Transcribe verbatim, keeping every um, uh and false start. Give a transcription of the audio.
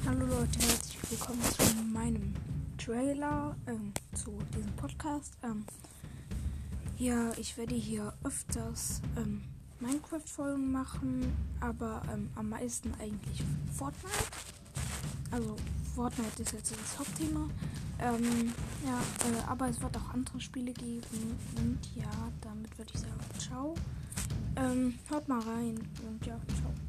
Hallo Leute, herzlich willkommen zu meinem Trailer, ähm, zu diesem Podcast. Ähm, ja, ich werde hier öfters ähm, Minecraft-Folgen machen, aber ähm, am meisten eigentlich Fortnite. Also Fortnite ist jetzt das Hauptthema. Ähm, ja, äh, aber es wird auch andere Spiele geben. Und ja, damit würde ich sagen, ciao. Ähm, hört mal rein und ja, ciao.